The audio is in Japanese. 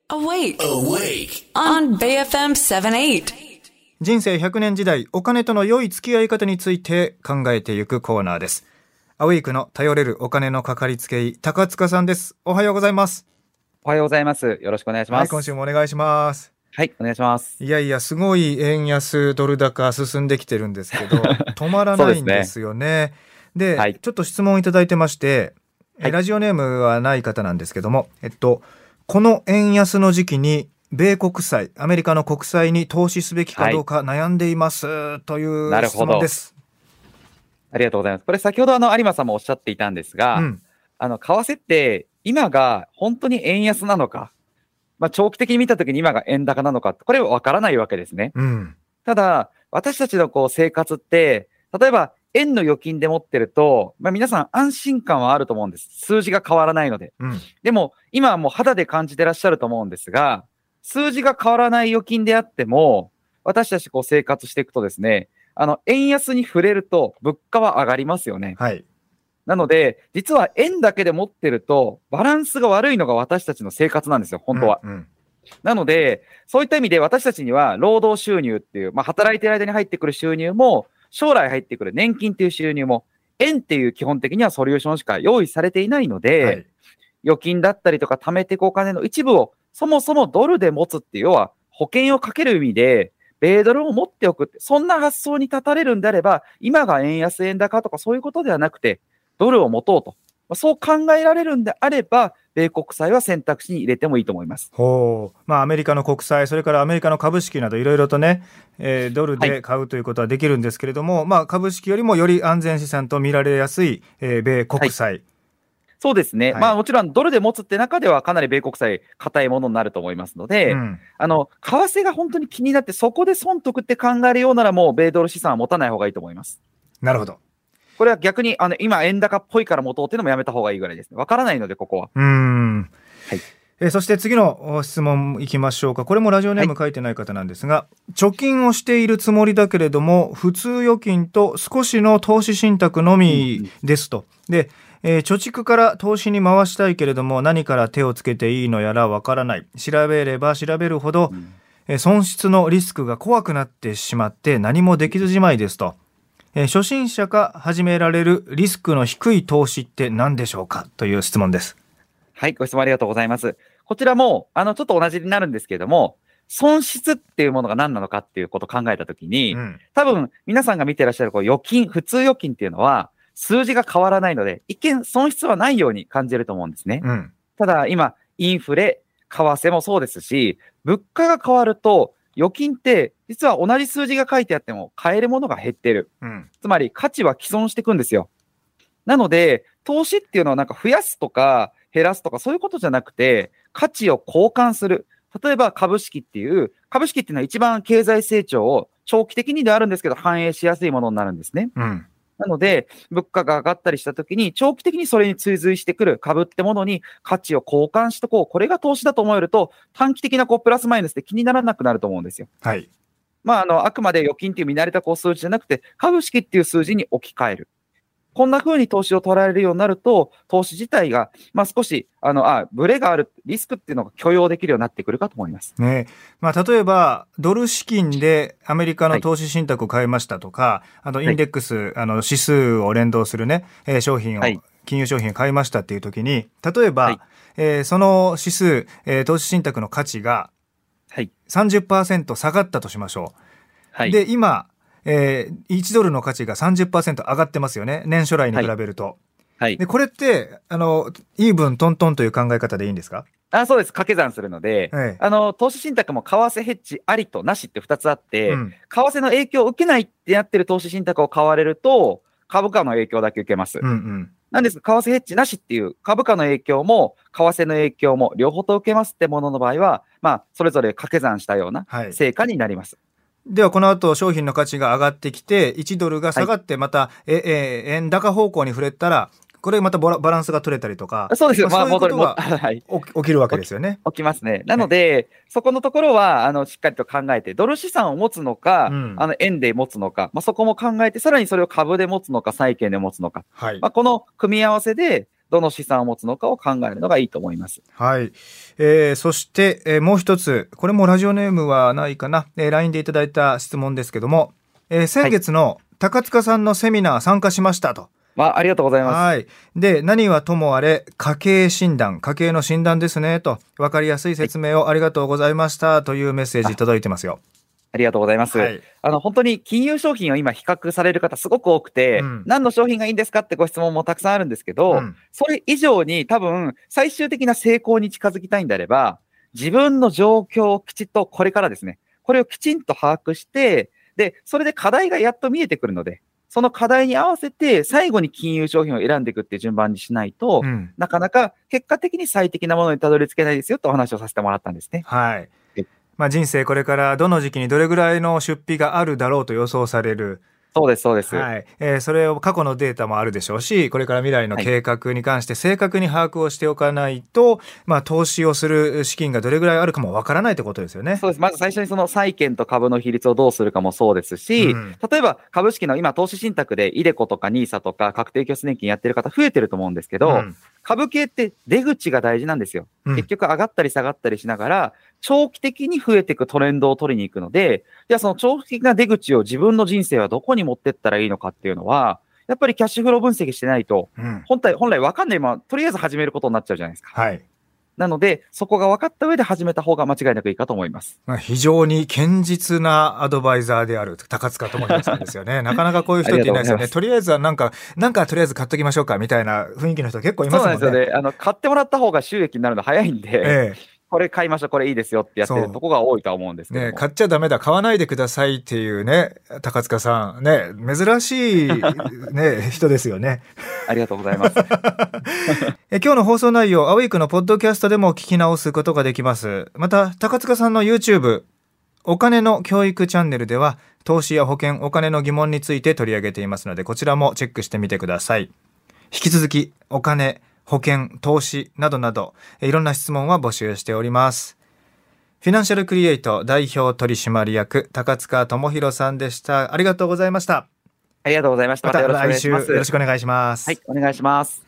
Awake. Awake. On BFM 78. 人生100年時代、お金との良い付き合い方について考えていくコーナーです。アウェイクの頼れるお金のかかりつけ医、高塚さんです。おはようございます。 おはようございます。よろしくお願いします。 はい、今週もお願いします。 はい、お願いします。 いやいや、すごい円安ドル高進んできてるんですけど、止まらないんですよね。で、 はい、 ちょっと質問いただいてまして、 はい、 ラジオネームはない方なんですけども、この円安の時期に米国債、アメリカの国債に投資すべきかどうか悩んでいます、という質問です。 ありがとうございます。これ先ほど有馬さんもおっしゃっていたんですが、為替って今が本当に円安なのか、長期的に見たときに今が円高なのか、これは分からないわけですね。ただ、私たちの生活って、例えば円の預金で持ってると、皆さん安心感はあると思うんです。数字が変わらないので。でも、今はもう肌で感じてらっしゃると思うんですが、数字が変わらない預金であっても、私たち生活していくとですね、円安に触れると物価は上がりますよね。 はい。 なので、実は円だけで持ってると、バランスが悪いのが私たちの生活なんですよ、本当は。なので、そういった意味で私たちには労働収入っていう、働いている間に入ってくる収入も、将来入ってくる年金っていう収入も、円っていう基本的にはソリューションしか用意されていないので、預金だったりとか貯めていくお金の一部をそもそもドルで持つっていう、要は保険をかける意味で、米ドルを持っておくって、そんな発想に立たれるんであれば、今が円安円高とかそういうことではなくて、ドルを持とうと。そう考えられるんであれば、米国債は選択肢に入れてもいいと思います。 アメリカの国債、それからアメリカの株式などいろいろとね、ドルで買うということはできるんですけれども、株式よりもより安全資産と見られやすい、米国債。 そうですね。もちろんドルで持つって中ではかなり米国債硬いものになると思いますので、為替が本当に気になってそこで損得って考えるようならもう米ドル資産は持たない方がいいと思います。 なるほど。 これは逆に今円高っぽいから持とうっていうのもやめた方がいいぐらいですね。わからないのでここは。 そして次の質問いきましょうか。これもラジオネーム書いてない方なんですが、貯金をしているつもりだけれども普通預金と少しの投資信託のみですと。で、貯蓄から投資に回したいけれども何から手をつけていいのやらわからない。調べれば調べるほど、損失のリスクが怖くなってしまって何もできずじまいですと。初心者が始められるリスクの低い投資って何でしょうかという質問です。 はい、ご質問ありがとうございます。こちらもちょっと同じになるんですけれども、損失っていうものが何なのかっていうことを考えたときに、多分皆さんが見てらっしゃる預金、普通預金っていうのは数字が変わらないので、一見損失はないように感じると思うんですね。ただ今、インフレ、為替もそうですし、物価が変わると、預金って実は同じ数字が書いてあっても買えるものが減ってる。つまり価値は既存していくんですよ。なので、投資っていうのはなんか増やすとか減らすとかそういうことじゃなくて、価値を交換する。例えば株式っていうのは一番経済成長を長期的にであるんですけど反映しやすいものになるんですね。なので、物価が上がったりしたときに、長期的にそれに追随してくる株ってものに価値を交換してこれが投資だと思えると、短期的なプラスマイナスで気にならなくなると思うんですよ。あくまで預金っていう見慣れた数字じゃなくて、株式っていう数字に置き換える。こんな風に投資を捉えるようになると、投資自体が、少し、ブレがあるリスクっていうのが許容できるようになってくるかと思います。 例えば、ドル資金でアメリカの投資信託を買いましたとか、インデックス、指数を連動するね、商品を、金融商品を買いましたっていう時に、例えば、その指数、投資信託の価値が 30% 下がったとしましょう。で、今、1ドルの価値が 30% 上がってますよね。年初来に比べると。で、これって、イーブントントンという考え方でいいんですか？ そうです。掛け算するので、投資信託も為替ヘッジありとなしって2つあって、為替の影響を受けないってなってる投資信託を買われると、株価の影響だけ受けます。なんですが、為替ヘッジなしっていう株価の影響も、為替の影響も両方と受けますってものの場合は、それぞれ掛け算したような成果になります。 ではこの後商品の価値が上がってきて1ドルが下がってまた、円高方向に触れたらこれまたバランスが取れたりとか、 そうですよ。 そういうことが起きるわけですよね。 起きますね。なので、そこのところはしっかりと考えて、ドル資産を持つのか、円で持つのか、そこも考えて、さらにそれを株で持つのか、債券で持つのか、この組み合わせでどの資産を持つのかを考えるのがいいと思います。 はい。そして、もう一つ、これもラジオネームはないかな、LINE でいただいた質問ですけども、先月の高塚さんのセミナー参加しましたと。 ありがとうございます。 はい。で、何はともあれ、家計診断、家計の診断ですね、と、わかりやすい説明をありがとうございましたというメッセージ届いてますよ。 ありがとうございます。 はい、 本当に金融商品を今比較される方すごく多くて、何の商品がいいんですかってご質問もたくさんあるんですけど、それ以上に多分最終的な成功に近づきたいんであれば、自分の状況をきちっとこれからですね、これをきちんと把握して、で、それで課題がやっと見えてくるので、その課題に合わせて最後に金融商品を選んでいくっていう順番にしないと、なかなか結果的に最適なものにたどり着けないですよとお話をさせてもらったんですね。 はい。人生これからどの時期にどれぐらいの出費があるだろうと予想される。 そうです、そうです。 はい。それを過去のデータもあるでしょうし、これから未来の計画に関して正確に把握をしておかないと、投資をする資金がどれぐらいあるかもわからないってことですよね。 そうです。まず最初にその債券と株の比率をどうするかもそうですし、例えば株式の今投資信託でイデコとかニーサとか確定拠出年金やってる方増えてると思うんですけど、株系って出口が大事なんですよ。結局上がったり下がったりしながら、長期的に増えていくトレンドを取りに行くので、じゃあその長期的な出口を自分の人生はどこに持ってったらいいのかっていうのは、やっぱりキャッシュフロー分析してないと、本来分かんないまま、とりあえず始めることになっちゃうじゃないですか。 はい。 なので、そこが分かった上で始めた方が間違いなくいいかと思います。 非常に堅実なアドバイザーである高塚智弘さんですよね。なかなかこういう人っていないですよね。とりあえずはなんかとりあえず買っときましょうかみたいな雰囲気の人結構いますもんね。 そうなんですよね。買ってもらった方が収益になるの早いんで、これ買いましょう、これいいですよってやってるとこが多いとは思うんですけども。 買っちゃダメだ、買わないでくださいっていうね、高塚さん、ね、珍しい、ね、人ですよね。 ありがとうございます。 今日の放送内容、アウィークのポッドキャストでも聞き直すことができます。また、高塚さんの YouTube、お金の教育チャンネルでは、投資や保険、お金の疑問について取り上げていますので、こちらもチェックしてみてください。引き続き、お金、保険、投資などなど、いろんな質問は募集しております。フィナンシャルクリエイト代表取締役、高塚智弘さんでした。ありがとうございました。 ありがとうございました。 また来週よろしくお願いします。 はい、お願いします。